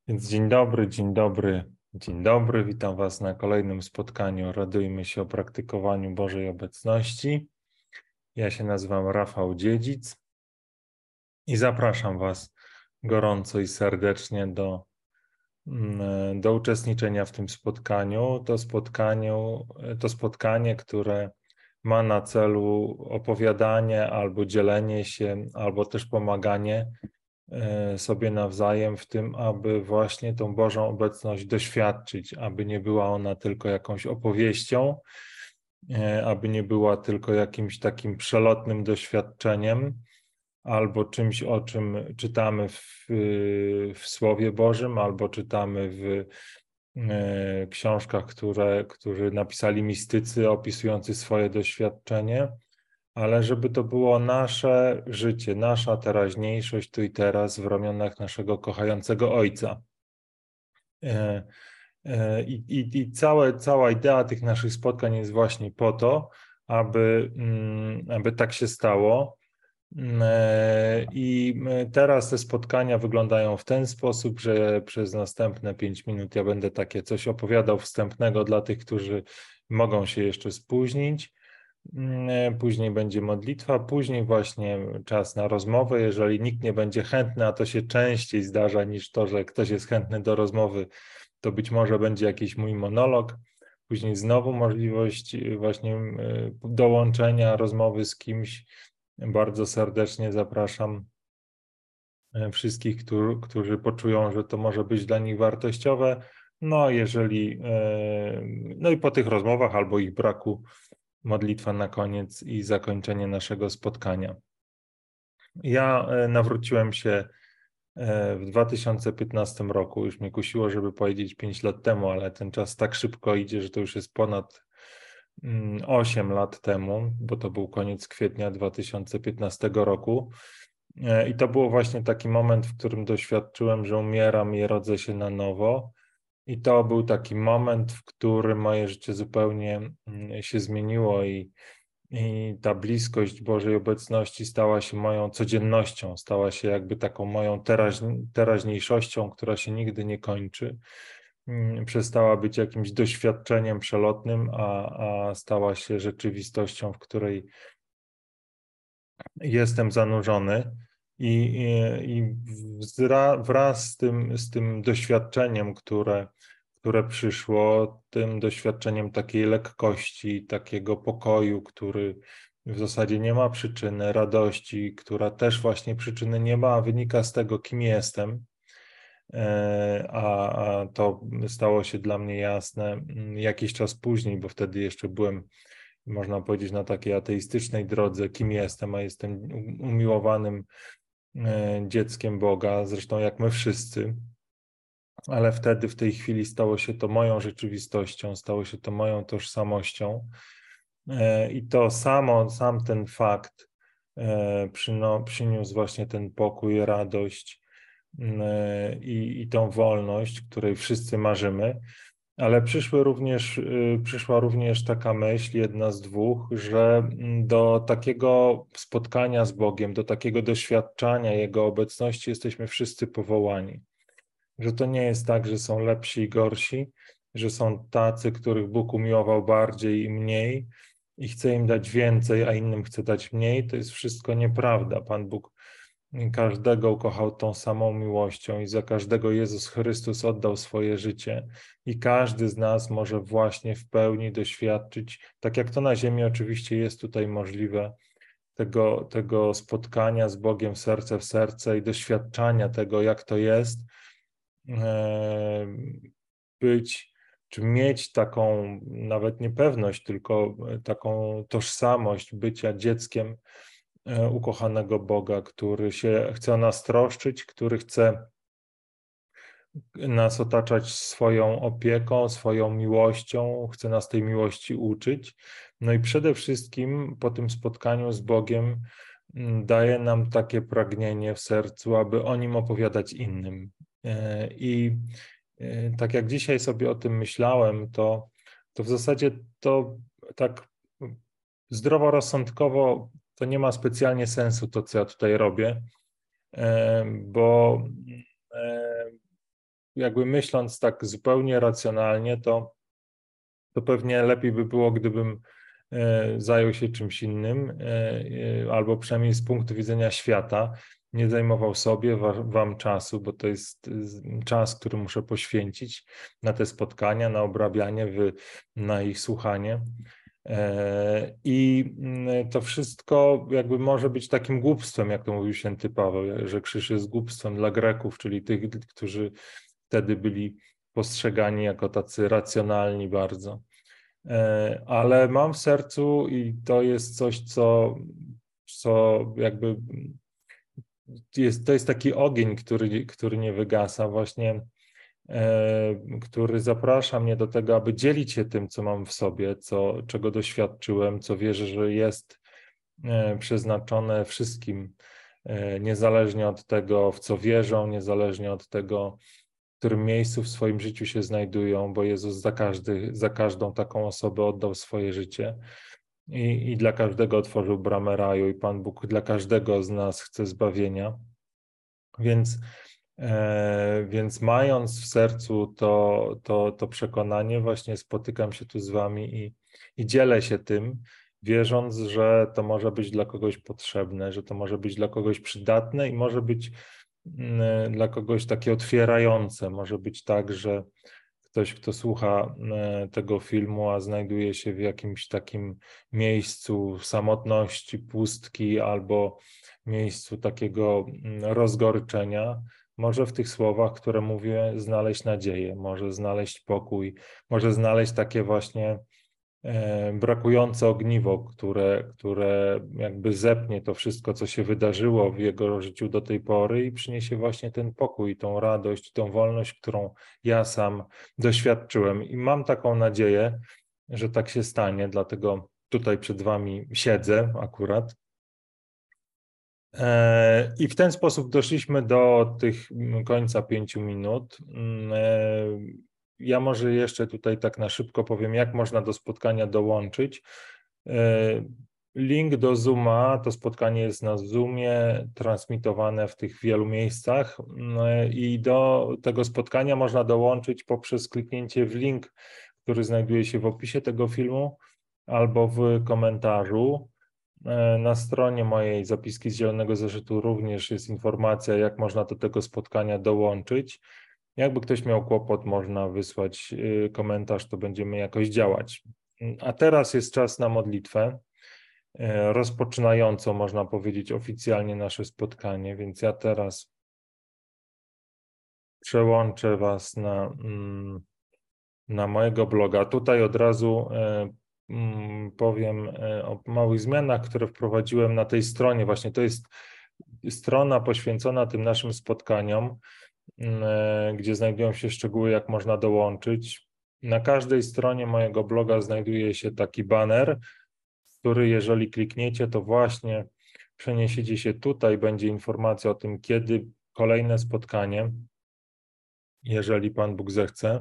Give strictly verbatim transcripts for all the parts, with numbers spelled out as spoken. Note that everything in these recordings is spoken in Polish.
Więc dzień dobry, dzień dobry, dzień dobry. Witam Was na kolejnym spotkaniu. Radujmy się o praktykowaniu Bożej obecności. Ja się nazywam Rafał Dziedzic i zapraszam Was gorąco i serdecznie do, mm, do uczestniczenia w tym spotkaniu. To spotkaniu, to spotkanie, które ma na celu opowiadanie albo dzielenie się, albo też pomaganie sobie nawzajem w tym, aby właśnie tą Bożą obecność doświadczyć, aby nie była ona tylko jakąś opowieścią, aby nie była tylko jakimś takim przelotnym doświadczeniem albo czymś, o czym czytamy w, w Słowie Bożym, albo czytamy w książkach, które, które napisali mistycy opisujący swoje doświadczenie, ale żeby to było nasze życie, nasza teraźniejszość tu i teraz w ramionach naszego kochającego Ojca. E, e, I, i, i całe, cała idea tych naszych spotkań jest właśnie po to, aby, mm, aby tak się stało. E, I teraz te spotkania wyglądają w ten sposób, że przez następne pięć minut ja będę takie coś opowiadał wstępnego dla tych, którzy mogą się jeszcze spóźnić. Później będzie modlitwa, później właśnie czas na rozmowę. Jeżeli nikt nie będzie chętny, a to się częściej zdarza niż to, że ktoś jest chętny do rozmowy, to być może będzie jakiś mój monolog. Później znowu możliwość właśnie dołączenia rozmowy z kimś. Bardzo serdecznie zapraszam wszystkich, którzy, którzy poczują, że to może być dla nich wartościowe. No, jeżeli, no i po tych rozmowach albo ich braku, modlitwa na koniec i zakończenie naszego spotkania. Ja nawróciłem się w dwa tysiące piętnastym roku. Już mnie kusiło, żeby powiedzieć pięć lat temu, ale ten czas tak szybko idzie, że to już jest ponad osiem lat temu, bo to był koniec kwietnia dwa tysiące piętnastego roku. I to był właśnie taki moment, w którym doświadczyłem, że umieram i rodzę się na nowo. I to był taki moment, w którym moje życie zupełnie się zmieniło i, i ta bliskość Bożej obecności stała się moją codziennością, stała się jakby taką moją teraź, teraźniejszością, która się nigdy nie kończy. Przestała być jakimś doświadczeniem przelotnym, a, a stała się rzeczywistością, w której jestem zanurzony. I, i, i wraz z tym, z tym doświadczeniem, które, które przyszło, tym doświadczeniem takiej lekkości, takiego pokoju, który w zasadzie nie ma przyczyny, radości, która też właśnie przyczyny nie ma, a wynika z tego, kim jestem. A, a to stało się dla mnie jasne jakiś czas później, bo wtedy jeszcze byłem, można powiedzieć, na takiej ateistycznej drodze, kim jestem, a jestem umiłowanym dzieckiem Boga, zresztą jak my wszyscy, ale wtedy w tej chwili stało się to moją rzeczywistością, stało się to moją tożsamością i to samo, sam ten fakt przyno, przyniósł właśnie ten pokój, radość i, i tą wolność, której wszyscy marzymy. Ale przyszły również, przyszła również taka myśl, jedna z dwóch, że do takiego spotkania z Bogiem, do takiego doświadczania Jego obecności jesteśmy wszyscy powołani. Że to nie jest tak, że są lepsi i gorsi, że są tacy, których Bóg umiłował bardziej i mniej i chce im dać więcej, a innym chce dać mniej. To jest wszystko nieprawda. Pan Bóg każdego ukochał tą samą miłością i za każdego Jezus Chrystus oddał swoje życie i każdy z nas może właśnie w pełni doświadczyć, tak jak to na ziemi oczywiście jest tutaj możliwe, tego, tego spotkania z Bogiem serce w serce i doświadczania tego, jak to jest być, czy mieć taką nawet niepewność, tylko taką tożsamość bycia dzieckiem ukochanego Boga, który się chce o nas troszczyć, który chce nas otaczać swoją opieką, swoją miłością, chce nas tej miłości uczyć. No i przede wszystkim po tym spotkaniu z Bogiem daje nam takie pragnienie w sercu, aby o Nim opowiadać innym. I tak jak dzisiaj sobie o tym myślałem, to, to w zasadzie to tak zdroworozsądkowo to nie ma specjalnie sensu to, co ja tutaj robię, bo jakby myśląc tak zupełnie racjonalnie, to, to pewnie lepiej by było, gdybym zajął się czymś innym, albo przynajmniej z punktu widzenia świata nie zajmował sobie, wam czasu, bo to jest czas, który muszę poświęcić na te spotkania, na obrabianie, na ich słuchanie. I to wszystko jakby może być takim głupstwem, jak to mówił święty Paweł, że krzyż jest głupstwem dla Greków, czyli tych, którzy wtedy byli postrzegani jako tacy racjonalni bardzo. Ale mam w sercu i to jest coś, co, co jakby jest, to jest taki ogień, który, który nie wygasa właśnie, który zaprasza mnie do tego, aby dzielić się tym, co mam w sobie, co, czego doświadczyłem, co wierzę, że jest przeznaczone wszystkim, niezależnie od tego, w co wierzą, niezależnie od tego, w którym miejscu w swoim życiu się znajdują, bo Jezus za, każdy, za każdą taką osobę oddał swoje życie i, i dla każdego otworzył bramę raju i Pan Bóg dla każdego z nas chce zbawienia. Więc, e, więc mając w sercu to, to, to przekonanie, właśnie spotykam się tu z wami i, i dzielę się tym, wierząc, że to może być dla kogoś potrzebne, że to może być dla kogoś przydatne i może być dla kogoś takie otwierające. Może być tak, że ktoś, kto słucha tego filmu, a znajduje się w jakimś takim miejscu samotności, pustki albo miejscu takiego rozgorczenia, może w tych słowach, które mówię, znaleźć nadzieję, może znaleźć pokój, może znaleźć takie właśnie brakujące ogniwo, które, które jakby zepnie to wszystko, co się wydarzyło w jego życiu do tej pory i przyniesie właśnie ten pokój, tą radość, tą wolność, którą ja sam doświadczyłem. I mam taką nadzieję, że tak się stanie, dlatego tutaj przed wami siedzę akurat. I w ten sposób doszliśmy do tych końca pięciu minut. Ja może jeszcze tutaj tak na szybko powiem, jak można do spotkania dołączyć. Link do Zooma, to spotkanie jest na Zoomie, transmitowane w tych wielu miejscach i do tego spotkania można dołączyć poprzez kliknięcie w link, który znajduje się w opisie tego filmu albo w komentarzu. Na stronie mojej zapiski z Zielonego Zeszytu również jest informacja, jak można do tego spotkania dołączyć. Jakby ktoś miał kłopot, można wysłać komentarz, to będziemy jakoś działać. A teraz jest czas na modlitwę, rozpoczynającą, można powiedzieć, oficjalnie nasze spotkanie, więc ja teraz przełączę was na, na mojego bloga. Tutaj od razu powiem o małych zmianach, które wprowadziłem na tej stronie. Właśnie to jest strona poświęcona tym naszym spotkaniom, gdzie znajdują się szczegóły, jak można dołączyć. Na każdej stronie mojego bloga znajduje się taki baner, który jeżeli klikniecie, to właśnie przeniesiecie się tutaj, będzie informacja o tym, kiedy kolejne spotkanie, jeżeli Pan Bóg zechce.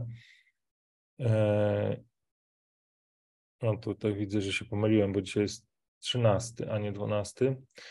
No tutaj widzę, że się pomyliłem, bo dzisiaj jest trzynasty, a nie dwunasty.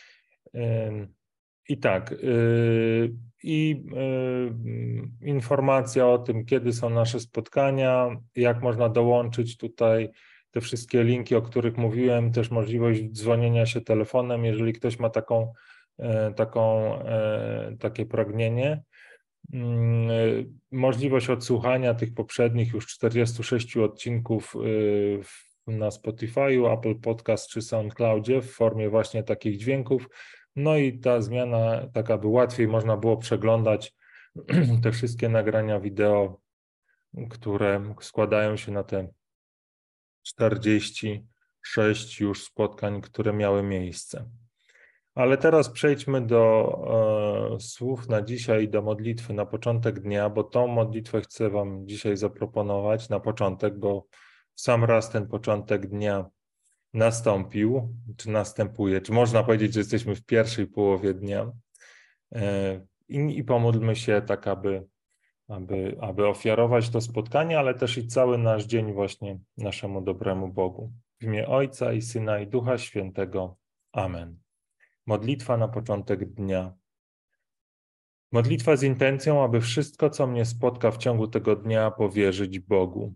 I tak, i informacja o tym, kiedy są nasze spotkania, jak można dołączyć tutaj te wszystkie linki, o których mówiłem, też możliwość dzwonienia się telefonem, jeżeli ktoś ma taką, taką, takie pragnienie. Możliwość odsłuchania tych poprzednich już czterdziestu sześciu odcinków na Spotify'u, Apple Podcast czy SoundCloudzie w formie właśnie takich dźwięków. No i ta zmiana, tak aby łatwiej można było przeglądać te wszystkie nagrania wideo, które składają się na te czterdzieści sześć już spotkań, które miały miejsce. Ale teraz przejdźmy do e, słów na dzisiaj, do modlitwy na początek dnia, bo tą modlitwę chcę wam dzisiaj zaproponować na początek, bo w sam raz ten początek dnia nastąpił, czy następuje, czy można powiedzieć, że jesteśmy w pierwszej połowie dnia e, i, i pomódlmy się tak, aby, aby, aby ofiarować to spotkanie, ale też i cały nasz dzień właśnie naszemu dobremu Bogu. W imię Ojca i Syna i Ducha Świętego. Amen. Modlitwa na początek dnia. Modlitwa z intencją, aby wszystko, co mnie spotka w ciągu tego dnia, powierzyć Bogu.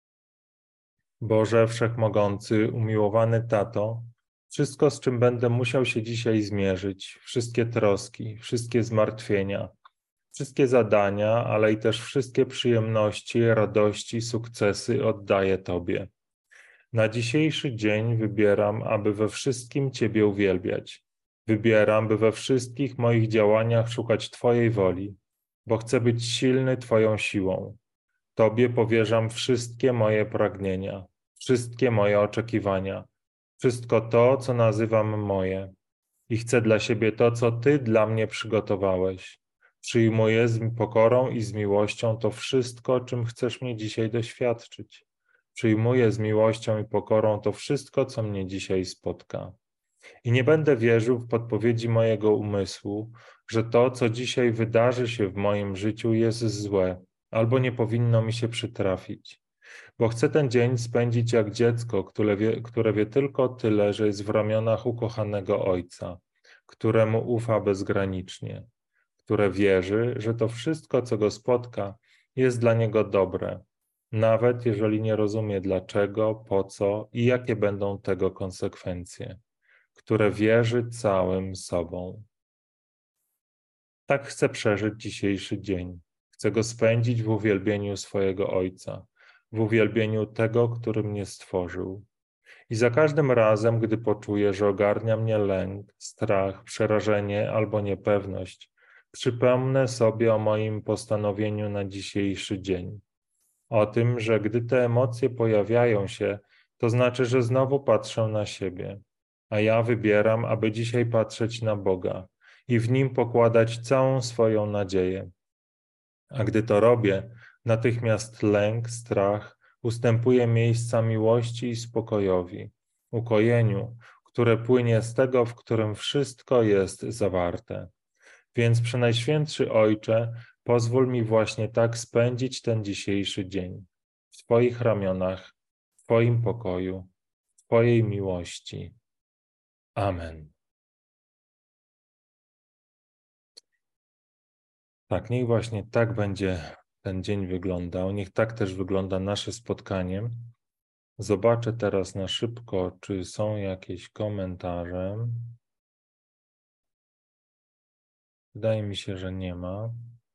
Boże Wszechmogący, umiłowany Tato, wszystko, z czym będę musiał się dzisiaj zmierzyć, wszystkie troski, wszystkie zmartwienia, wszystkie zadania, ale i też wszystkie przyjemności, radości, sukcesy oddaję Tobie. Na dzisiejszy dzień wybieram, aby we wszystkim Ciebie uwielbiać. Wybieram, by we wszystkich moich działaniach szukać Twojej woli, bo chcę być silny Twoją siłą. Tobie powierzam wszystkie moje pragnienia, wszystkie moje oczekiwania, wszystko to, co nazywam moje. I chcę dla siebie to, co Ty dla mnie przygotowałeś. Przyjmuję z pokorą i z miłością to wszystko, czym chcesz mnie dzisiaj doświadczyć. Przyjmuję z miłością i pokorą to wszystko, co mnie dzisiaj spotka. I nie będę wierzył w podpowiedzi mojego umysłu, że to, co dzisiaj wydarzy się w moim życiu, jest złe, albo nie powinno mi się przytrafić. Bo chcę ten dzień spędzić jak dziecko, które wie, które wie tylko tyle, że jest w ramionach ukochanego ojca, któremu ufa bezgranicznie, które wierzy, że to wszystko, co go spotka, jest dla niego dobre, nawet jeżeli nie rozumie dlaczego, po co i jakie będą tego konsekwencje, które wierzy całym sobą. Tak chcę przeżyć dzisiejszy dzień. Chcę go spędzić w uwielbieniu swojego Ojca, w uwielbieniu tego, który mnie stworzył. I za każdym razem, gdy poczuję, że ogarnia mnie lęk, strach, przerażenie albo niepewność, przypomnę sobie o moim postanowieniu na dzisiejszy dzień. O tym, że gdy te emocje pojawiają się, to znaczy, że znowu patrzę na siebie. A ja wybieram, aby dzisiaj patrzeć na Boga i w Nim pokładać całą swoją nadzieję. A gdy to robię, natychmiast lęk, strach ustępuje miejsca miłości i spokojowi, ukojeniu, które płynie z tego, w którym wszystko jest zawarte. Więc Przenajświętszy Ojcze, pozwól mi właśnie tak spędzić ten dzisiejszy dzień. W Twoich ramionach, w Twoim pokoju, w Twojej miłości. Amen. Tak, niech właśnie tak będzie ten dzień wyglądał. Niech tak też wygląda nasze spotkanie. Zobaczę teraz na szybko, czy są jakieś komentarze. Wydaje mi się, że nie ma.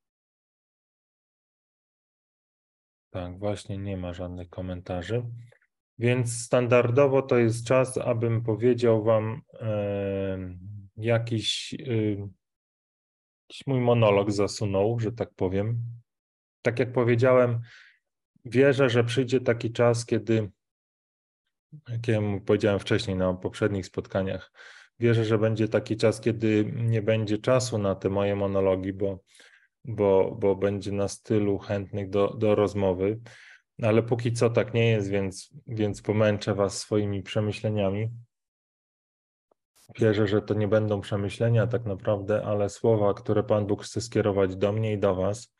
Tak, właśnie nie ma żadnych komentarzy. Więc standardowo to jest czas, abym powiedział Wam e, jakiś, e, jakiś mój monolog zasunął, że tak powiem. Tak jak powiedziałem, wierzę, że przyjdzie taki czas, kiedy, jak ja powiedziałem wcześniej na poprzednich spotkaniach, wierzę, że będzie taki czas, kiedy nie będzie czasu na te moje monologi, bo, bo, bo będzie nas tylu chętnych do, do rozmowy. Ale póki co tak nie jest, więc, więc pomęczę Was swoimi przemyśleniami. Wierzę, że to nie będą przemyślenia tak naprawdę, ale słowa, które Pan Bóg chce skierować do mnie i do Was.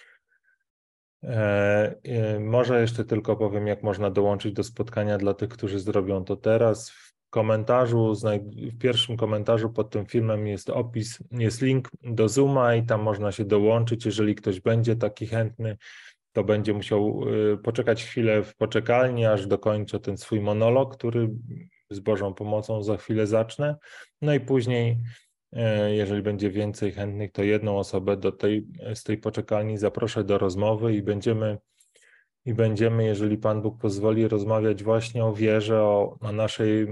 E, e, może jeszcze tylko powiem, jak można dołączyć do spotkania dla tych, którzy zrobią to teraz. W komentarzu, w pierwszym komentarzu pod tym filmem jest opis, jest link do Zooma i tam można się dołączyć. Jeżeli ktoś będzie taki chętny, to będzie musiał poczekać chwilę w poczekalni, aż dokończę ten swój monolog, który z Bożą pomocą za chwilę zacznę. No i później, jeżeli będzie więcej chętnych, to jedną osobę do tej, z tej poczekalni zaproszę do rozmowy i będziemy, i będziemy, jeżeli Pan Bóg pozwoli, rozmawiać właśnie o wierze, o, o naszej,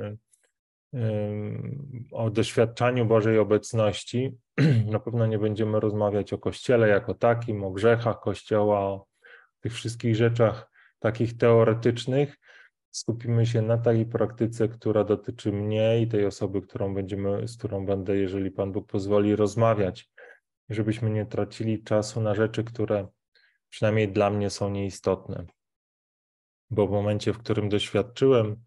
o doświadczaniu Bożej obecności. Na pewno nie będziemy rozmawiać o Kościele jako takim, o grzechach Kościoła, o tych wszystkich rzeczach takich teoretycznych. Skupimy się na tej praktyce, która dotyczy mnie i tej osoby, którą będziemy, z którą będę, jeżeli Pan Bóg pozwoli, rozmawiać, żebyśmy nie tracili czasu na rzeczy, które przynajmniej dla mnie są nieistotne. Bo w momencie, w którym doświadczyłem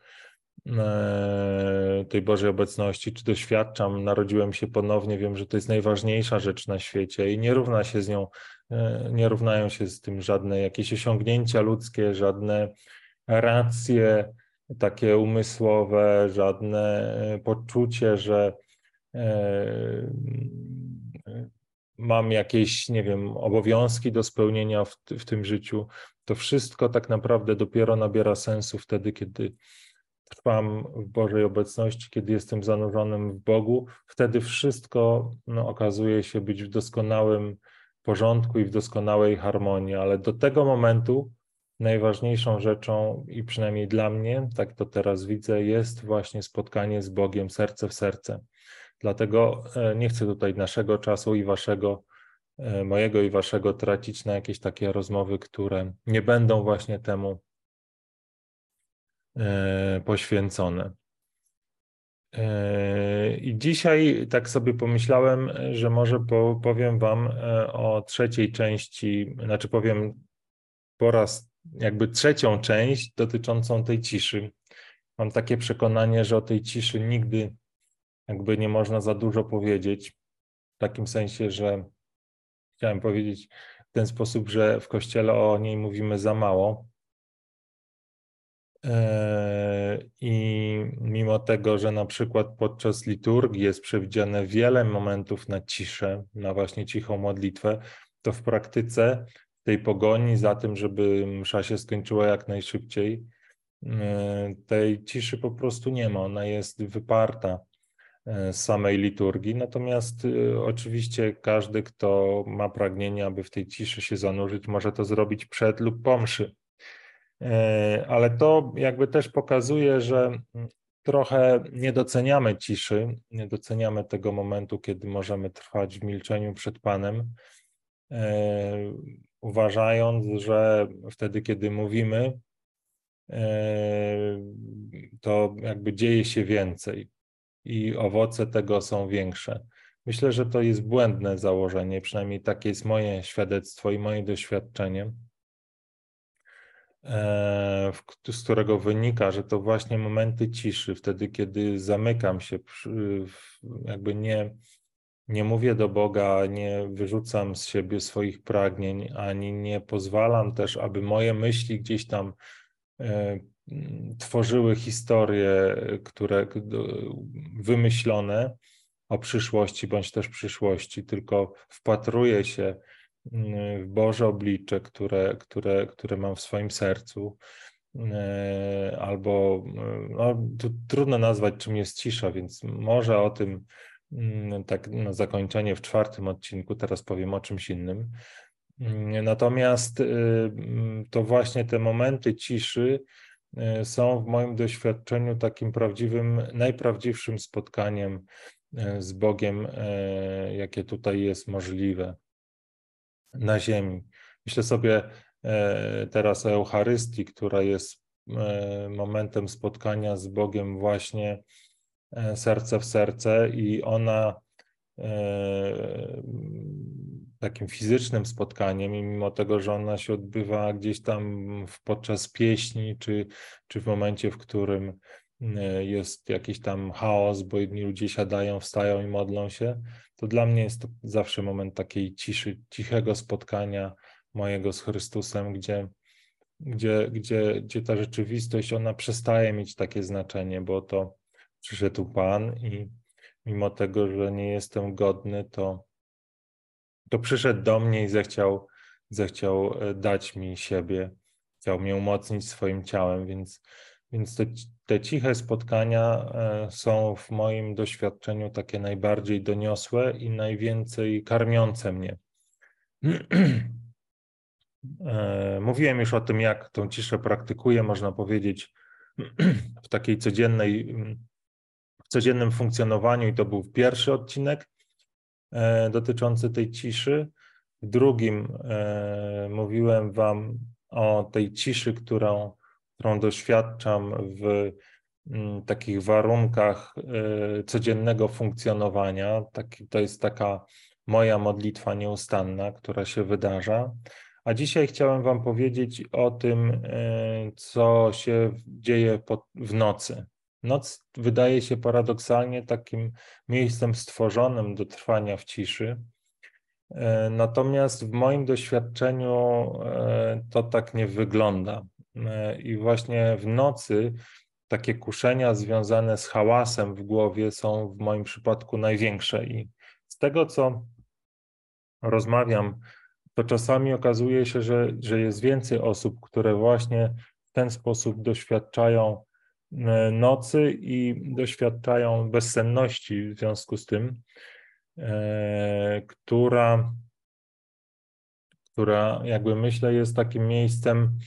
tej Bożej obecności, czy doświadczam, narodziłem się ponownie, wiem, że to jest najważniejsza rzecz na świecie i nie równa się z nią, nie równają się z tym żadne jakieś osiągnięcia ludzkie, żadne racje takie umysłowe, żadne poczucie, że mam jakieś, nie wiem, obowiązki do spełnienia w, w tym życiu. To wszystko tak naprawdę dopiero nabiera sensu wtedy, kiedy trwam w Bożej obecności, kiedy jestem zanurzonym w Bogu. Wtedy wszystko no, okazuje się być w doskonałym porządku i w doskonałej harmonii, ale do tego momentu najważniejszą rzeczą, i przynajmniej dla mnie, tak to teraz widzę, jest właśnie spotkanie z Bogiem serce w serce. Dlatego nie chcę tutaj naszego czasu i waszego, mojego i waszego tracić na jakieś takie rozmowy, które nie będą właśnie temu poświęcone. I dzisiaj tak sobie pomyślałem, że może powiem wam o trzeciej części, znaczy powiem po raz jakby trzecią część dotyczącą tej ciszy. Mam takie przekonanie, że o tej ciszy nigdy jakby nie można za dużo powiedzieć, w takim sensie, że chciałem powiedzieć w ten sposób, że w Kościele o niej mówimy za mało. I mimo tego, że na przykład podczas liturgii jest przewidziane wiele momentów na ciszę, na właśnie cichą modlitwę, to w praktyce tej pogoni za tym, żeby msza się skończyła jak najszybciej, tej ciszy po prostu nie ma. Ona jest wyparta z samej liturgii. Natomiast oczywiście każdy, kto ma pragnienie, aby w tej ciszy się zanurzyć, może to zrobić przed lub po mszy. Ale to jakby też pokazuje, że trochę nie doceniamy ciszy, nie doceniamy tego momentu, kiedy możemy trwać w milczeniu przed Panem, uważając, że wtedy, kiedy mówimy, to jakby dzieje się więcej i owoce tego są większe. Myślę, że to jest błędne założenie, przynajmniej takie jest moje świadectwo i moje doświadczenie, z którego wynika, że to właśnie momenty ciszy, wtedy, kiedy zamykam się, jakby nie, nie mówię do Boga, nie wyrzucam z siebie swoich pragnień, ani nie pozwalam też, aby moje myśli gdzieś tam tworzyły historie, które wymyślone o przyszłości bądź też przyszłości, tylko wpatruję się w Boże oblicze, które, które, które mam w swoim sercu, albo no, tu trudno nazwać, czym jest cisza, więc może o tym tak na zakończenie w czwartym odcinku, teraz powiem o czymś innym. Natomiast to właśnie te momenty ciszy są w moim doświadczeniu takim prawdziwym, najprawdziwszym spotkaniem z Bogiem, jakie tutaj jest możliwe na ziemi. Myślę sobie teraz o Eucharystii, która jest momentem spotkania z Bogiem właśnie serce w serce i ona takim fizycznym spotkaniem i mimo tego, że ona się odbywa gdzieś tam podczas pieśni, czy, czy w momencie, w którym jest jakiś tam chaos, bo jedni ludzie siadają, wstają i modlą się, to dla mnie jest to zawsze moment takiej ciszy, cichego spotkania mojego z Chrystusem, gdzie, gdzie, gdzie, gdzie ta rzeczywistość, ona przestaje mieć takie znaczenie, bo to przyszedł Pan i mimo tego, że nie jestem godny, to, to przyszedł do mnie i zechciał, zechciał dać mi siebie, chciał mnie umocnić swoim ciałem, więc, więc te, te ciche spotkania są w moim doświadczeniu takie najbardziej doniosłe i najwięcej karmiące mnie. Mówiłem już o tym, jak tą ciszę praktykuję, można powiedzieć, w takiej codziennej, w codziennym funkcjonowaniu i to był pierwszy odcinek dotyczący tej ciszy. W drugim mówiłem wam o tej ciszy, którą, którą doświadczam w takich warunkach codziennego funkcjonowania. Taki, to jest taka moja modlitwa nieustanna, która się wydarza. A dzisiaj chciałem wam powiedzieć o tym, co się dzieje w nocy. Noc wydaje się paradoksalnie takim miejscem stworzonym do trwania w ciszy. Natomiast w moim doświadczeniu to tak nie wygląda. I właśnie w nocy takie kuszenia związane z hałasem w głowie są w moim przypadku największe. I z tego, co rozmawiam, to czasami okazuje się, że, że jest więcej osób, które właśnie w ten sposób doświadczają nocy i doświadczają bezsenności w związku z tym, e, która, która jakby myślę jest takim miejscem,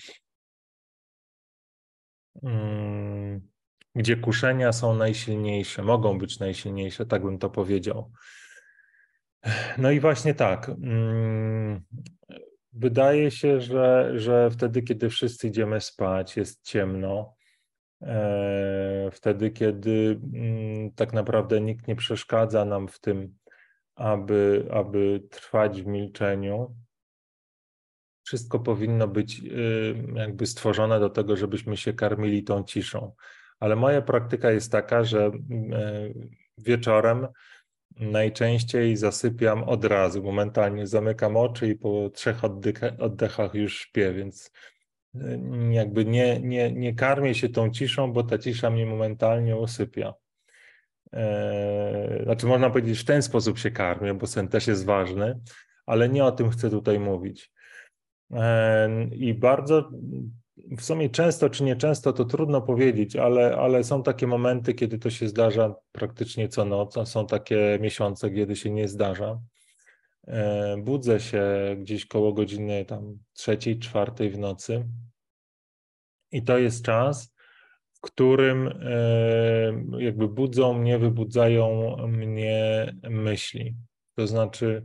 mm, gdzie kuszenia są najsilniejsze, mogą być najsilniejsze, tak bym to powiedział. No i właśnie tak. mm, Wydaje się, że, że wtedy, kiedy wszyscy idziemy spać, jest ciemno, e, wtedy, kiedy mm, tak naprawdę nikt nie przeszkadza nam w tym, aby, aby trwać w milczeniu, wszystko powinno być y, jakby stworzone do tego, żebyśmy się karmili tą ciszą. Ale moja praktyka jest taka, że y, wieczorem najczęściej zasypiam od razu, momentalnie zamykam oczy i po trzech oddechach, oddechach już śpię, więc y, jakby nie, nie, nie karmię się tą ciszą, bo ta cisza mnie momentalnie usypia. Eee, Znaczy można powiedzieć, że w ten sposób się karmię, bo sen też jest ważny, ale nie o tym chcę tutaj mówić. Eee, I bardzo, w sumie często czy nieczęsto to trudno powiedzieć, ale, ale są takie momenty, kiedy to się zdarza praktycznie co noc, a są takie miesiące, kiedy się nie zdarza. Eee, Budzę się gdzieś koło godziny tam trzeciej, czwartej w nocy i to jest czas, w którym e, jakby budzą mnie, wybudzają mnie myśli. To znaczy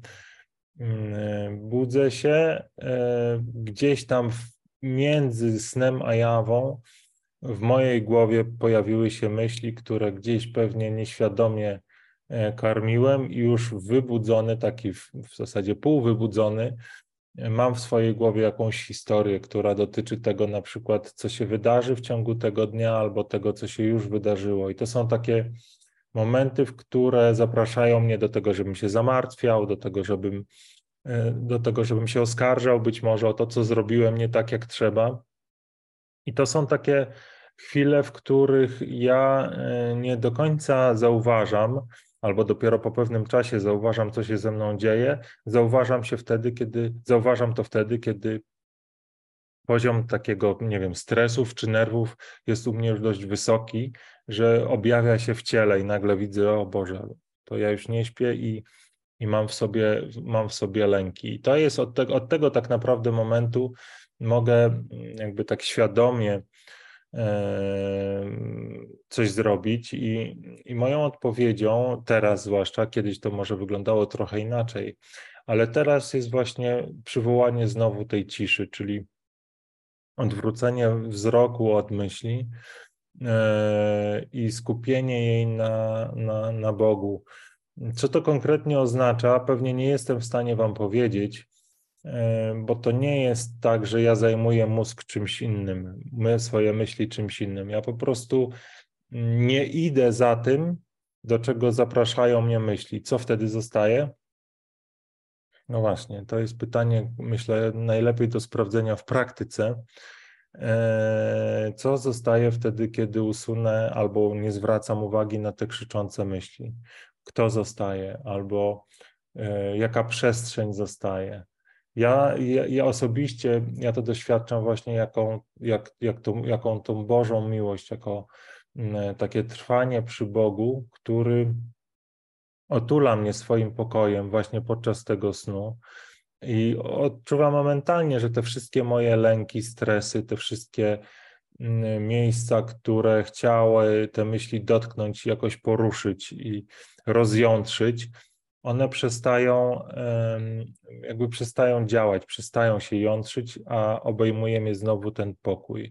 mm, budzę się e, gdzieś tam w- między snem a jawą. W mojej głowie pojawiły się myśli, które gdzieś pewnie nieświadomie e, karmiłem i już wybudzony, taki w, w zasadzie półwybudzony, mam w swojej głowie jakąś historię, która dotyczy tego na przykład, co się wydarzy w ciągu tego dnia albo tego, co się już wydarzyło. I to są takie momenty, w które zapraszają mnie do tego, żebym się zamartwiał, do tego, żebym, e, do tego, żebym się oskarżał być może o to, co zrobiłem nie tak, jak trzeba. I to są takie chwile, w których ja e, nie do końca zauważam, albo dopiero po pewnym czasie zauważam, co się ze mną dzieje. Zauważam się wtedy, kiedy zauważam to wtedy, kiedy poziom takiego, nie wiem, stresów czy nerwów jest u mnie już dość wysoki, że objawia się w ciele i nagle widzę, o Boże, to ja już nie śpię i, i mam w sobie, mam w sobie lęki. I to jest od, te, od tego tak naprawdę momentu mogę mm, jakby tak świadomie e, coś zrobić i, i moją odpowiedzią teraz zwłaszcza, kiedyś to może wyglądało trochę inaczej, ale teraz jest właśnie przywołanie znowu tej ciszy, czyli odwrócenie wzroku od myśli e, i skupienie jej na, na, na Bogu. Co to konkretnie oznacza? Pewnie nie jestem w stanie Wam powiedzieć, e, bo to nie jest tak, że ja zajmuję mózg czymś innym, my swoje myśli czymś innym. Ja po prostu nie idę za tym, do czego zapraszają mnie myśli. Co wtedy zostaje? No właśnie, to jest pytanie, myślę, najlepiej do sprawdzenia w praktyce. Eee, Co zostaje wtedy, kiedy usunę albo nie zwracam uwagi na te krzyczące myśli? Kto zostaje albo e, jaka przestrzeń zostaje? Ja, ja, ja osobiście, ja to doświadczam właśnie jaką, jak, jak tą, jaką tą Bożą miłość, jako mm, takie trwanie przy Bogu, który otula mnie swoim pokojem właśnie podczas tego snu. I odczuwam momentalnie, że te wszystkie moje lęki, stresy, te wszystkie mm, miejsca, które chciały te myśli dotknąć, jakoś poruszyć i rozjątrzyć, one przestają, em, jakby przestają działać, przestają się jątrzyć, a obejmuje mnie znowu ten pokój.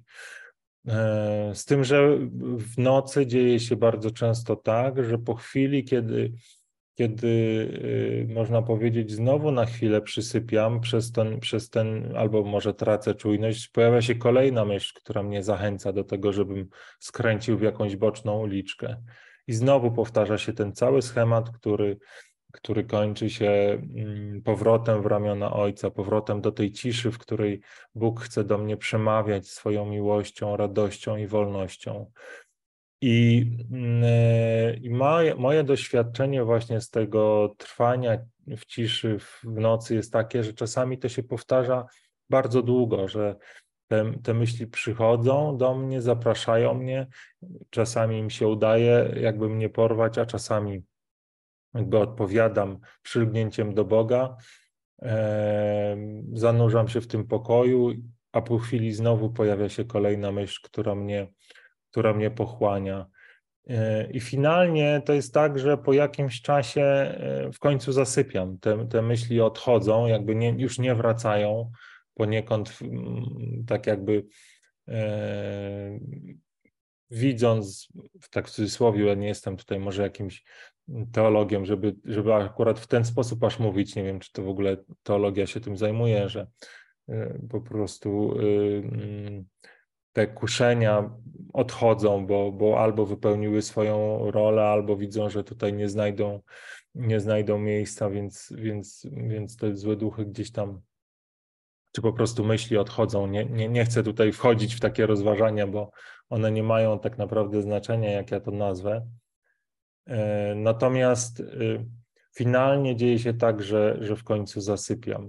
E, Z tym, że w nocy dzieje się bardzo często tak, że po chwili, kiedy kiedy y, można powiedzieć, znowu na chwilę przysypiam przez ten, przez ten, albo może tracę czujność, pojawia się kolejna myśl, która mnie zachęca do tego, żebym skręcił w jakąś boczną uliczkę. I znowu powtarza się ten cały schemat, który, który kończy się mm, powrotem w ramiona Ojca, powrotem do tej ciszy, w której Bóg chce do mnie przemawiać swoją miłością, radością i wolnością. I, i moje, moje doświadczenie właśnie z tego trwania w ciszy w nocy jest takie, że czasami to się powtarza bardzo długo, że te, te myśli przychodzą do mnie, zapraszają mnie, czasami im się udaje jakby mnie porwać, a czasami jakby odpowiadam przylgnięciem do Boga, e, zanurzam się w tym pokoju, a po chwili znowu pojawia się kolejna myśl, która mnie, która mnie pochłania. E, I finalnie to jest tak, że po jakimś czasie e, w końcu zasypiam. Te, te myśli odchodzą, jakby nie, już nie wracają, poniekąd tak jakby e, widząc, tak w cudzysłowie, ja nie jestem tutaj może jakimś teologiem, żeby, żeby akurat w ten sposób aż mówić, nie wiem, czy to w ogóle teologia się tym zajmuje, że y, po prostu y, te kuszenia odchodzą, bo, bo albo wypełniły swoją rolę, albo widzą, że tutaj nie znajdą, nie znajdą miejsca, więc, więc, więc te złe duchy gdzieś tam, czy po prostu myśli odchodzą. Nie, nie, nie chcę tutaj wchodzić w takie rozważania, bo one nie mają tak naprawdę znaczenia, jak ja to nazwę. Natomiast finalnie dzieje się tak, że, że w końcu zasypiam.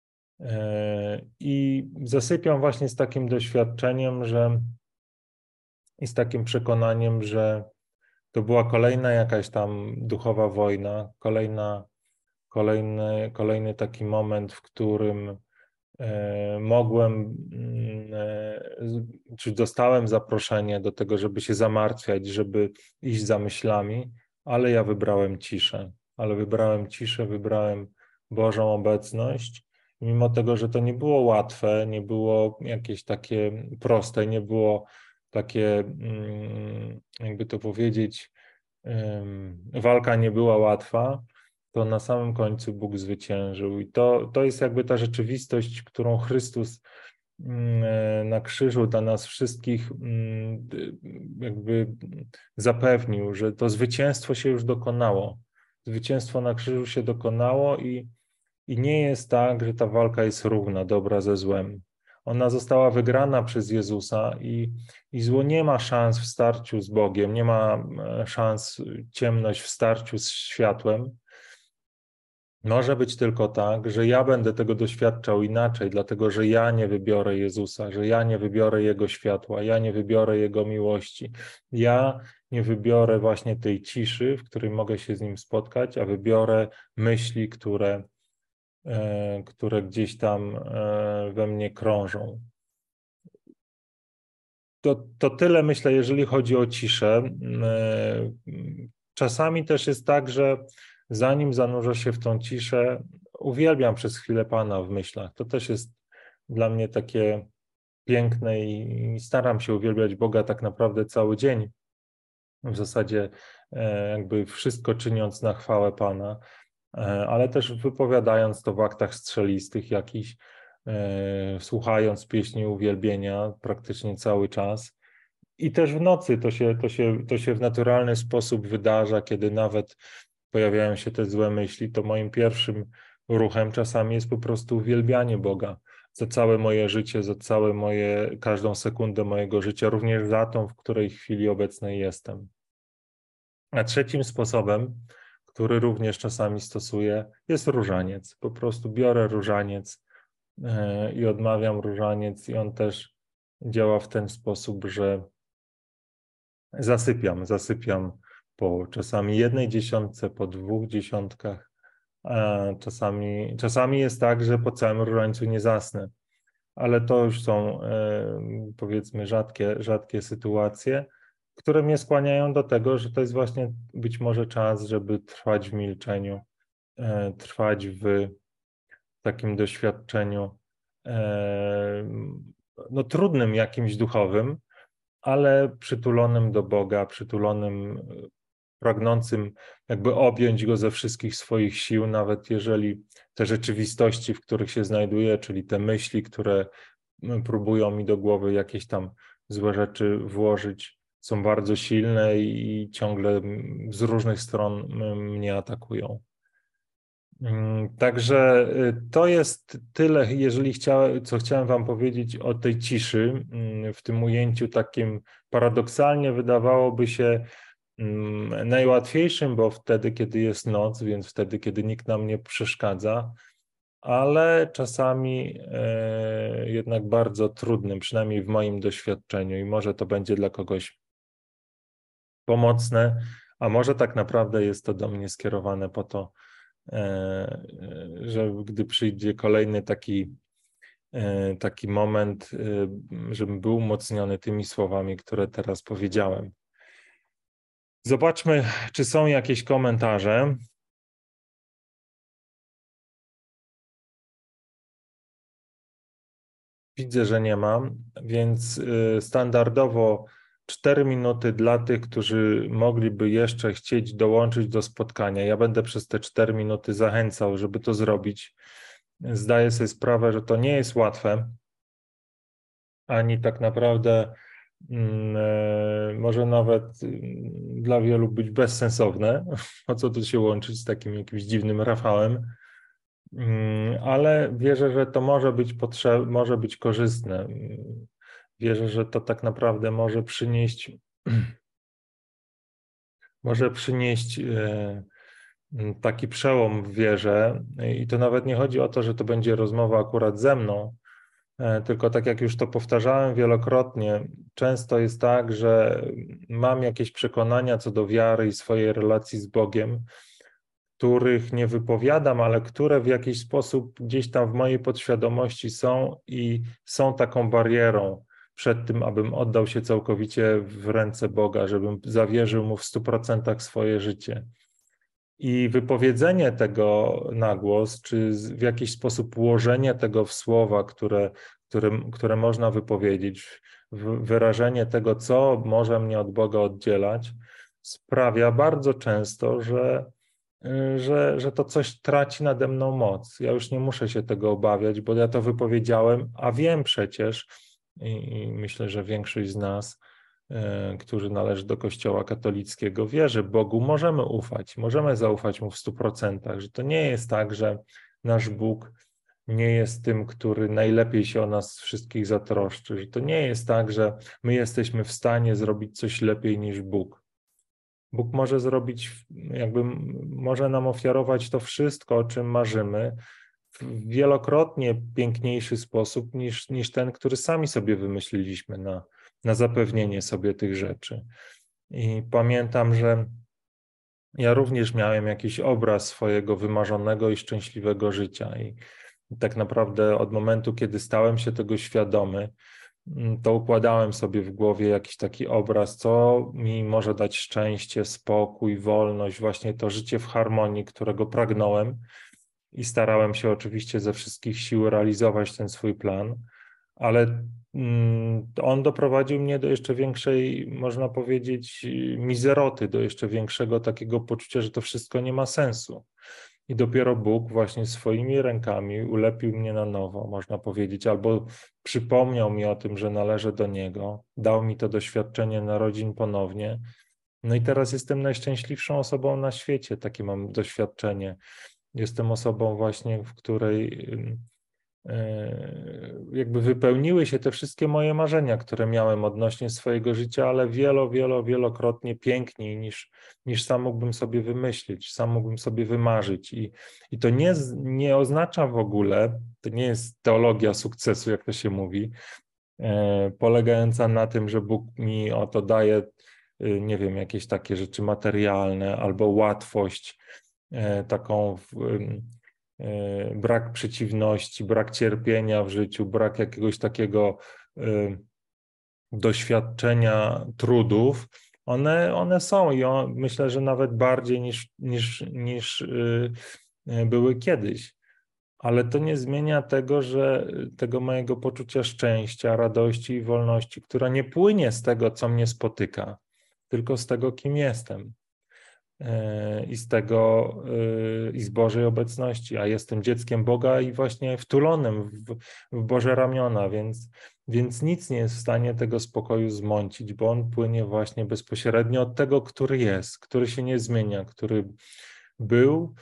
I zasypiam właśnie z takim doświadczeniem, że i z takim przekonaniem, że to była kolejna jakaś tam duchowa wojna, kolejna, kolejny, kolejny taki moment, w którym mogłem, czy dostałem zaproszenie do tego, żeby się zamartwiać, żeby iść za myślami, ale ja wybrałem ciszę, ale wybrałem ciszę, wybrałem Bożą obecność. Mimo tego, że to nie było łatwe, nie było jakieś takie proste, nie było takie, jakby to powiedzieć, walka nie była łatwa, to na samym końcu Bóg zwyciężył. I to, to jest jakby ta rzeczywistość, którą Chrystus na krzyżu dla nas wszystkich jakby zapewnił, że to zwycięstwo się już dokonało. Zwycięstwo na krzyżu się dokonało i, i nie jest tak, że ta walka jest równa, dobra ze złem. Ona została wygrana przez Jezusa i, i zło nie ma szans w starciu z Bogiem, nie ma szans ciemność w starciu z światłem. Może być tylko tak, że ja będę tego doświadczał inaczej, dlatego że ja nie wybiorę Jezusa, że ja nie wybiorę Jego światła, ja nie wybiorę Jego miłości. Ja nie wybiorę właśnie tej ciszy, w której mogę się z Nim spotkać, a wybiorę myśli, które, e, które gdzieś tam e, we mnie krążą. To, to tyle, myślę, jeżeli chodzi o ciszę. E, czasami też jest tak, że zanim zanurzę się w tą ciszę, uwielbiam przez chwilę Pana w myślach. To też jest dla mnie takie piękne i staram się uwielbiać Boga tak naprawdę cały dzień. W zasadzie jakby wszystko czyniąc na chwałę Pana, ale też wypowiadając to w aktach strzelistych jakichś, słuchając pieśni uwielbienia praktycznie cały czas. I też w nocy to się, to się, to się w naturalny sposób wydarza, kiedy nawet pojawiają się te złe myśli, to moim pierwszym ruchem czasami jest po prostu uwielbianie Boga za całe moje życie, za całe moje, każdą sekundę mojego życia, również za tą, w której chwili obecnej jestem. A trzecim sposobem, który również czasami stosuję, jest różaniec. Po prostu biorę różaniec i odmawiam różaniec i on też działa w ten sposób, że zasypiam, zasypiam po czasami jednej dziesiątce, po dwóch dziesiątkach. Czasami, czasami jest tak, że po całym różańcu nie zasnę, ale to już są powiedzmy rzadkie, rzadkie sytuacje, które mnie skłaniają do tego, że to jest właśnie być może czas, żeby trwać w milczeniu, trwać w takim doświadczeniu no, trudnym jakimś duchowym, ale przytulonym do Boga, przytulonym, pragnącym jakby objąć Go ze wszystkich swoich sił, nawet jeżeli te rzeczywistości, w których się znajduję, czyli te myśli, które próbują mi do głowy jakieś tam złe rzeczy włożyć, są bardzo silne i ciągle z różnych stron mnie atakują. Także to jest tyle, jeżeli chciałem, co chciałem Wam powiedzieć o tej ciszy w tym ujęciu takim paradoksalnie wydawałoby się najłatwiejszym, bo wtedy, kiedy jest noc, więc wtedy, kiedy nikt nam nie przeszkadza, ale czasami e, jednak bardzo trudnym, przynajmniej w moim doświadczeniu, i może to będzie dla kogoś pomocne, a może tak naprawdę jest to do mnie skierowane po to, e, że gdy przyjdzie kolejny taki, e, taki moment, e, żebym był umocniony tymi słowami, które teraz powiedziałem. Zobaczmy, czy są jakieś komentarze. Widzę, że nie mam, więc standardowo cztery minuty dla tych, którzy mogliby jeszcze chcieć dołączyć do spotkania. Ja będę przez te cztery minuty zachęcał, żeby to zrobić. Zdaję sobie sprawę, że to nie jest łatwe, ani tak naprawdę może nawet dla wielu być bezsensowne. Po co tu się łączyć z takim jakimś dziwnym Rafałem? Ale wierzę, że to może być potrzeb, może być korzystne. Wierzę, że to tak naprawdę może przynieść, może przynieść taki przełom w wierze. I to nawet nie chodzi o to, że to będzie rozmowa akurat ze mną, tylko tak jak już to powtarzałem wielokrotnie, często jest tak, że mam jakieś przekonania co do wiary i swojej relacji z Bogiem, których nie wypowiadam, ale które w jakiś sposób gdzieś tam w mojej podświadomości są i są taką barierą przed tym, abym oddał się całkowicie w ręce Boga, żebym zawierzył Mu w stu procentach swoje życie. I wypowiedzenie tego na głos, czy w jakiś sposób ułożenie tego w słowa, które, które, które można wypowiedzieć, wyrażenie tego, co może mnie od Boga oddzielać, sprawia bardzo często, że Że, że to coś traci nade mną moc. Ja już nie muszę się tego obawiać, bo ja to wypowiedziałem, a wiem przecież, i, i myślę, że większość z nas, y, którzy należy do Kościoła katolickiego, wie, że Bogu możemy ufać, możemy zaufać Mu w stu procentach, że to nie jest tak, że nasz Bóg nie jest tym, który najlepiej się o nas wszystkich zatroszczy, że to nie jest tak, że my jesteśmy w stanie zrobić coś lepiej niż Bóg. Bóg może zrobić, jakby może nam ofiarować to wszystko, o czym marzymy, w wielokrotnie piękniejszy sposób niż, niż ten, który sami sobie wymyśliliśmy na, na zapewnienie sobie tych rzeczy. I pamiętam, że ja również miałem jakiś obraz swojego wymarzonego i szczęśliwego życia. I tak naprawdę od momentu, kiedy stałem się tego świadomy, to układałem sobie w głowie jakiś taki obraz, co mi może dać szczęście, spokój, wolność, właśnie to życie w harmonii, którego pragnąłem i starałem się oczywiście ze wszystkich sił realizować ten swój plan, ale on doprowadził mnie do jeszcze większej, można powiedzieć, mizeroty, do jeszcze większego takiego poczucia, że to wszystko nie ma sensu. I dopiero Bóg właśnie swoimi rękami ulepił mnie na nowo, można powiedzieć, albo przypomniał mi o tym, że należę do Niego, dał mi to doświadczenie narodzin ponownie. No i teraz jestem najszczęśliwszą osobą na świecie, takie mam doświadczenie. Jestem osobą właśnie, w której jakby wypełniły się te wszystkie moje marzenia, które miałem odnośnie swojego życia, ale wielo, wielo, wielokrotnie piękniej niż, niż sam mógłbym sobie wymyślić, sam mógłbym sobie wymarzyć. I, i to nie, nie oznacza w ogóle, to nie jest teologia sukcesu, jak to się mówi, e, polegająca na tym, że Bóg mi o to daje, e, nie wiem, jakieś takie rzeczy materialne albo łatwość, e, taką w, brak przeciwności, brak cierpienia w życiu, brak jakiegoś takiego y, doświadczenia trudów, one, one są i on, myślę, że nawet bardziej niż, niż, niż y, y, były kiedyś. Ale to nie zmienia tego, że tego mojego poczucia szczęścia, radości i wolności, która nie płynie z tego, co mnie spotyka, tylko z tego, kim jestem. I z tego, i z Bożej obecności, a jestem dzieckiem Boga i właśnie wtulonym w, w Boże ramiona, więc, więc nic nie jest w stanie tego spokoju zmącić, bo on płynie właśnie bezpośrednio od tego, który jest, który się nie zmienia, który był,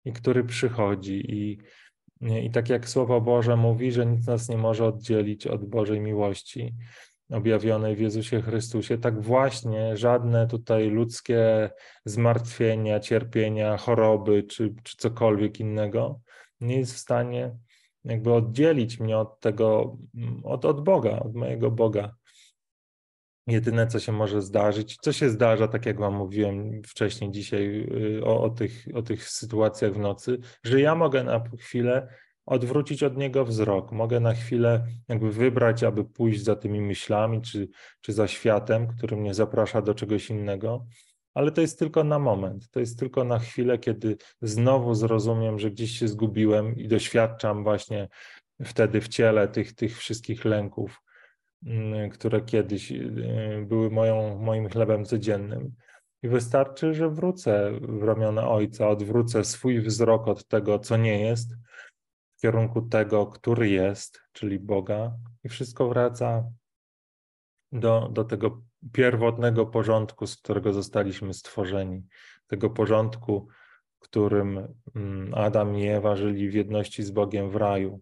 i który przychodzi. I, i tak jak Słowo Boże mówi, że nic nas nie może oddzielić od Bożej miłości objawionej w Jezusie Chrystusie, tak właśnie żadne tutaj ludzkie zmartwienia, cierpienia, choroby czy, czy cokolwiek innego nie jest w stanie jakby oddzielić mnie od tego, od, od Boga, od mojego Boga. Jedyne, co się może zdarzyć, co się zdarza, tak jak wam mówiłem wcześniej dzisiaj o, o, tych, o tych sytuacjach w nocy, że ja mogę na chwilę odwrócić od niego wzrok, mogę na chwilę jakby wybrać, aby pójść za tymi myślami, czy, czy za światem, który mnie zaprasza do czegoś innego, ale to jest tylko na moment, to jest tylko na chwilę, kiedy znowu zrozumiem, że gdzieś się zgubiłem i doświadczam właśnie wtedy w ciele tych, tych wszystkich lęków, które kiedyś były moją, moim chlebem codziennym. I wystarczy, że wrócę w ramiona Ojca, odwrócę swój wzrok od tego, co nie jest, w kierunku tego, który jest, czyli Boga, i wszystko wraca do, do tego pierwotnego porządku, z którego zostaliśmy stworzeni. Tego porządku, w którym Adam i Ewa żyli w jedności z Bogiem w raju.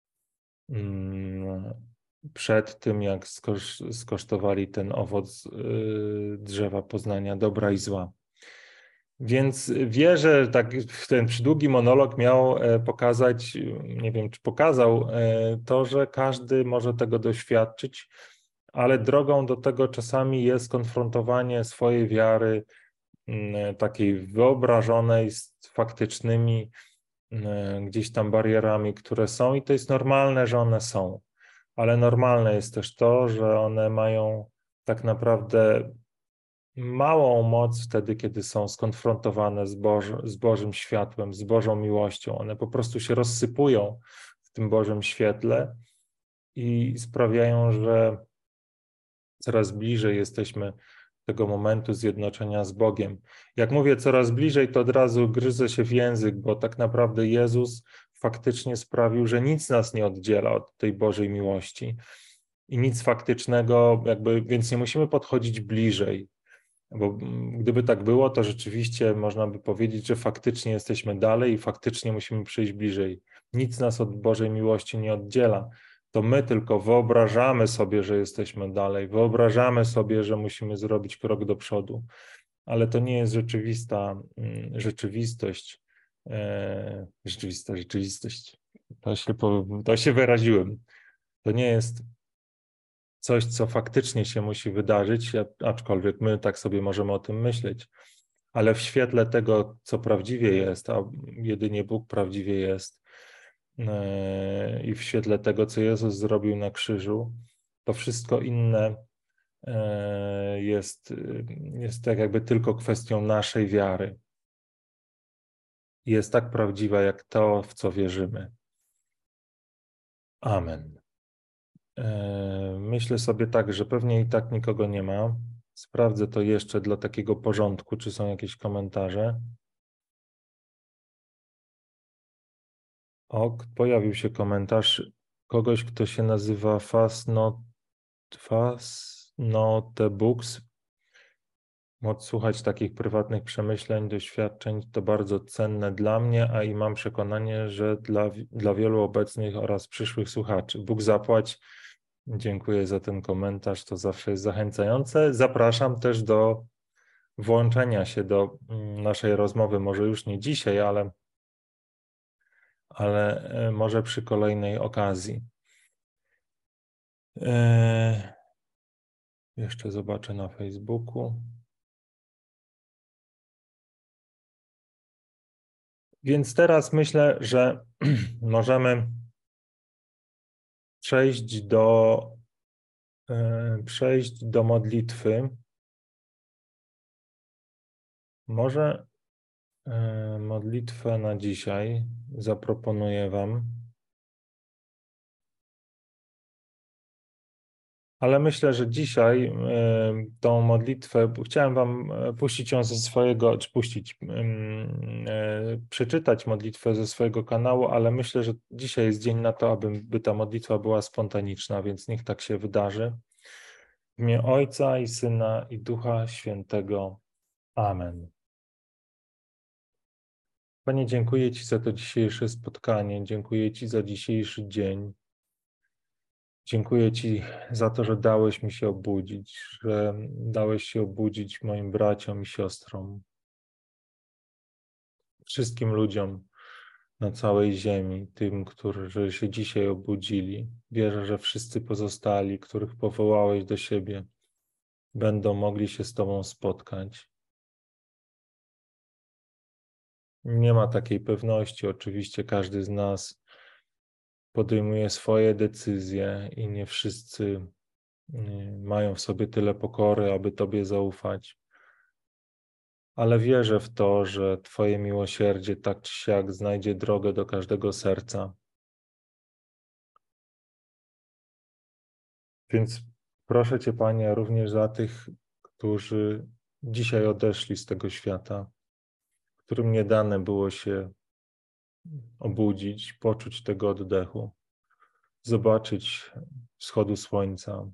Przed tym, jak skosz, skosztowali ten owoc yy, drzewa poznania dobra i zła. Więc wierzę, tak ten przydługi monolog miał e, pokazać, nie wiem, czy pokazał e, to, że każdy może tego doświadczyć, ale drogą do tego czasami jest konfrontowanie swojej wiary m, takiej wyobrażonej z faktycznymi m, gdzieś tam barierami, które są, i to jest normalne, że one są. Ale normalne jest też to, że one mają tak naprawdę małą moc wtedy, kiedy są skonfrontowane z, Boży, z Bożym światłem, z Bożą miłością. One po prostu się rozsypują w tym Bożym świetle i sprawiają, że coraz bliżej jesteśmy tego momentu zjednoczenia z Bogiem. Jak mówię coraz bliżej, to od razu gryzę się w język, bo tak naprawdę Jezus faktycznie sprawił, że nic nas nie oddziela od tej Bożej miłości i nic faktycznego, jakby, więc nie musimy podchodzić bliżej, bo gdyby tak było, to rzeczywiście można by powiedzieć, że faktycznie jesteśmy dalej i faktycznie musimy przyjść bliżej. Nic nas od Bożej miłości nie oddziela. To my tylko wyobrażamy sobie, że jesteśmy dalej, wyobrażamy sobie, że musimy zrobić krok do przodu, ale to nie jest rzeczywista rzeczywistość. E, rzeczywista rzeczywistość. To się, to się wyraziłem. To nie jest coś, co faktycznie się musi wydarzyć, aczkolwiek my tak sobie możemy o tym myśleć, ale w świetle tego, co prawdziwie jest, a jedynie Bóg prawdziwie jest, i w świetle tego, co Jezus zrobił na krzyżu, to wszystko inne jest, jest tak jakby tylko kwestią naszej wiary. Jest tak prawdziwa, jak to, w co wierzymy. Amen. Myślę sobie tak, że pewnie i tak nikogo nie ma. Sprawdzę to jeszcze dla takiego porządku, czy są jakieś komentarze. O, pojawił się komentarz kogoś, kto się nazywa Fasnot, Fasnotebooks. Móc słuchać takich prywatnych przemyśleń, doświadczeń to bardzo cenne dla mnie, a i mam przekonanie, że dla, dla wielu obecnych oraz przyszłych słuchaczy. Bóg zapłać. Dziękuję za ten komentarz, to zawsze jest zachęcające. Zapraszam też do włączenia się do naszej rozmowy, może już nie dzisiaj, ale, ale może przy kolejnej okazji. Eee, jeszcze zobaczę na Facebooku. Więc teraz myślę, że możemy przejść do, e, przejść do modlitwy. Może e, modlitwę na dzisiaj zaproponuję wam. Ale myślę, że dzisiaj y, tą modlitwę, chciałem wam puścić ją ze swojego, czy puścić, y, y, przeczytać modlitwę ze swojego kanału, ale myślę, że dzisiaj jest dzień na to, aby by ta modlitwa była spontaniczna, więc niech tak się wydarzy. W imię Ojca i Syna i Ducha Świętego. Amen. Panie, dziękuję Ci za to dzisiejsze spotkanie, dziękuję Ci za dzisiejszy dzień. Dziękuję Ci za to, że dałeś mi się obudzić, że dałeś się obudzić moim braciom i siostrom, wszystkim ludziom na całej ziemi, tym, którzy się dzisiaj obudzili. Wierzę, że wszyscy pozostali, których powołałeś do siebie, będą mogli się z Tobą spotkać. Nie ma takiej pewności, oczywiście każdy z nas podejmuje swoje decyzje i nie wszyscy mają w sobie tyle pokory, aby Tobie zaufać. Ale wierzę w to, że Twoje miłosierdzie tak czy siak znajdzie drogę do każdego serca. Więc proszę Cię, Panie, również za tych, którzy dzisiaj odeszli z tego świata, którym nie dane było się obudzić, poczuć tego oddechu, zobaczyć wschodu słońca.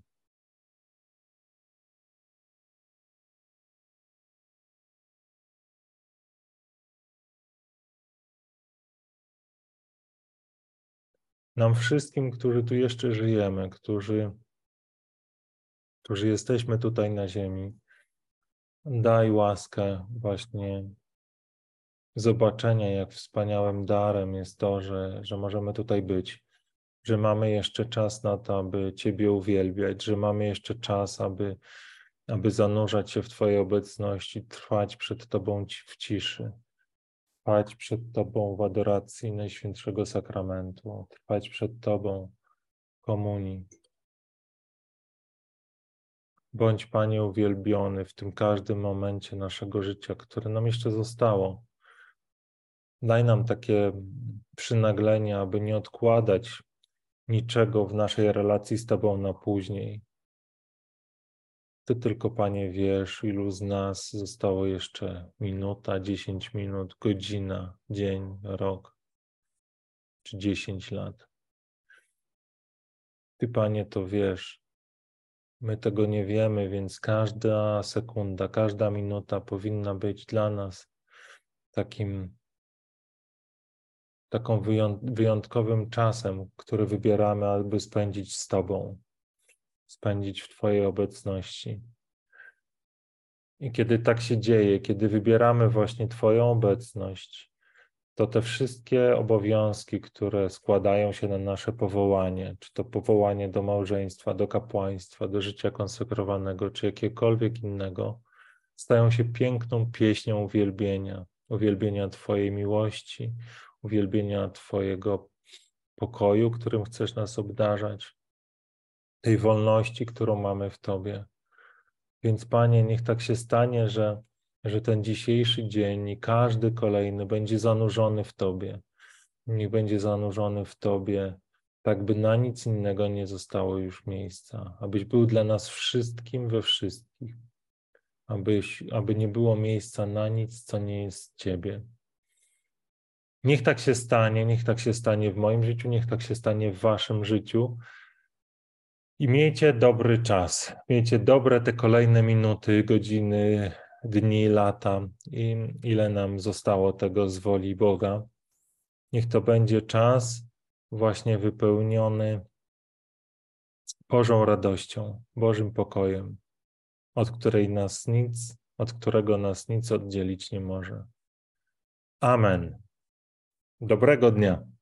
Nam wszystkim, którzy tu jeszcze żyjemy, którzy, którzy jesteśmy tutaj na ziemi, daj łaskę właśnie zobaczenia, jak wspaniałym darem jest to, że, że możemy tutaj być, że mamy jeszcze czas na to, aby Ciebie uwielbiać, że mamy jeszcze czas, aby, aby zanurzać się w Twojej obecności, trwać przed Tobą w ciszy, trwać przed Tobą w adoracji Najświętszego Sakramentu, trwać przed Tobą w komunii. Bądź, Panie, uwielbiony w tym każdym momencie naszego życia, które nam jeszcze zostało. Daj nam takie przynaglenie, aby nie odkładać niczego w naszej relacji z Tobą na później. Ty tylko, Panie, wiesz, ilu z nas zostało jeszcze minuta, dziesięć minut, godzina, dzień, rok czy dziesięć lat. Ty, Panie, to wiesz. My tego nie wiemy, więc każda sekunda, każda minuta powinna być dla nas takim, taką wyjątkowym czasem, który wybieramy, aby spędzić z Tobą, spędzić w Twojej obecności. I kiedy tak się dzieje, kiedy wybieramy właśnie Twoją obecność, to te wszystkie obowiązki, które składają się na nasze powołanie, czy to powołanie do małżeństwa, do kapłaństwa, do życia konsekrowanego, czy jakiekolwiek innego, stają się piękną pieśnią uwielbienia, uwielbienia Twojej miłości, uwielbienia Twojego pokoju, którym chcesz nas obdarzać, tej wolności, którą mamy w Tobie. Więc, Panie, niech tak się stanie, że, że ten dzisiejszy dzień i każdy kolejny będzie zanurzony w Tobie. Niech będzie zanurzony w Tobie, tak by na nic innego nie zostało już miejsca. Abyś był dla nas wszystkim we wszystkich. Abyś, aby nie było miejsca na nic, co nie jest Ciebie. Niech tak się stanie, niech tak się stanie w moim życiu, niech tak się stanie w Waszym życiu. I miejcie dobry czas, miejcie dobre te kolejne minuty, godziny, dni, lata i ile nam zostało tego z woli Boga. Niech to będzie czas właśnie wypełniony Bożą radością, Bożym pokojem, od której nas nic, od którego nas nic oddzielić nie może. Amen. Dobrego dnia.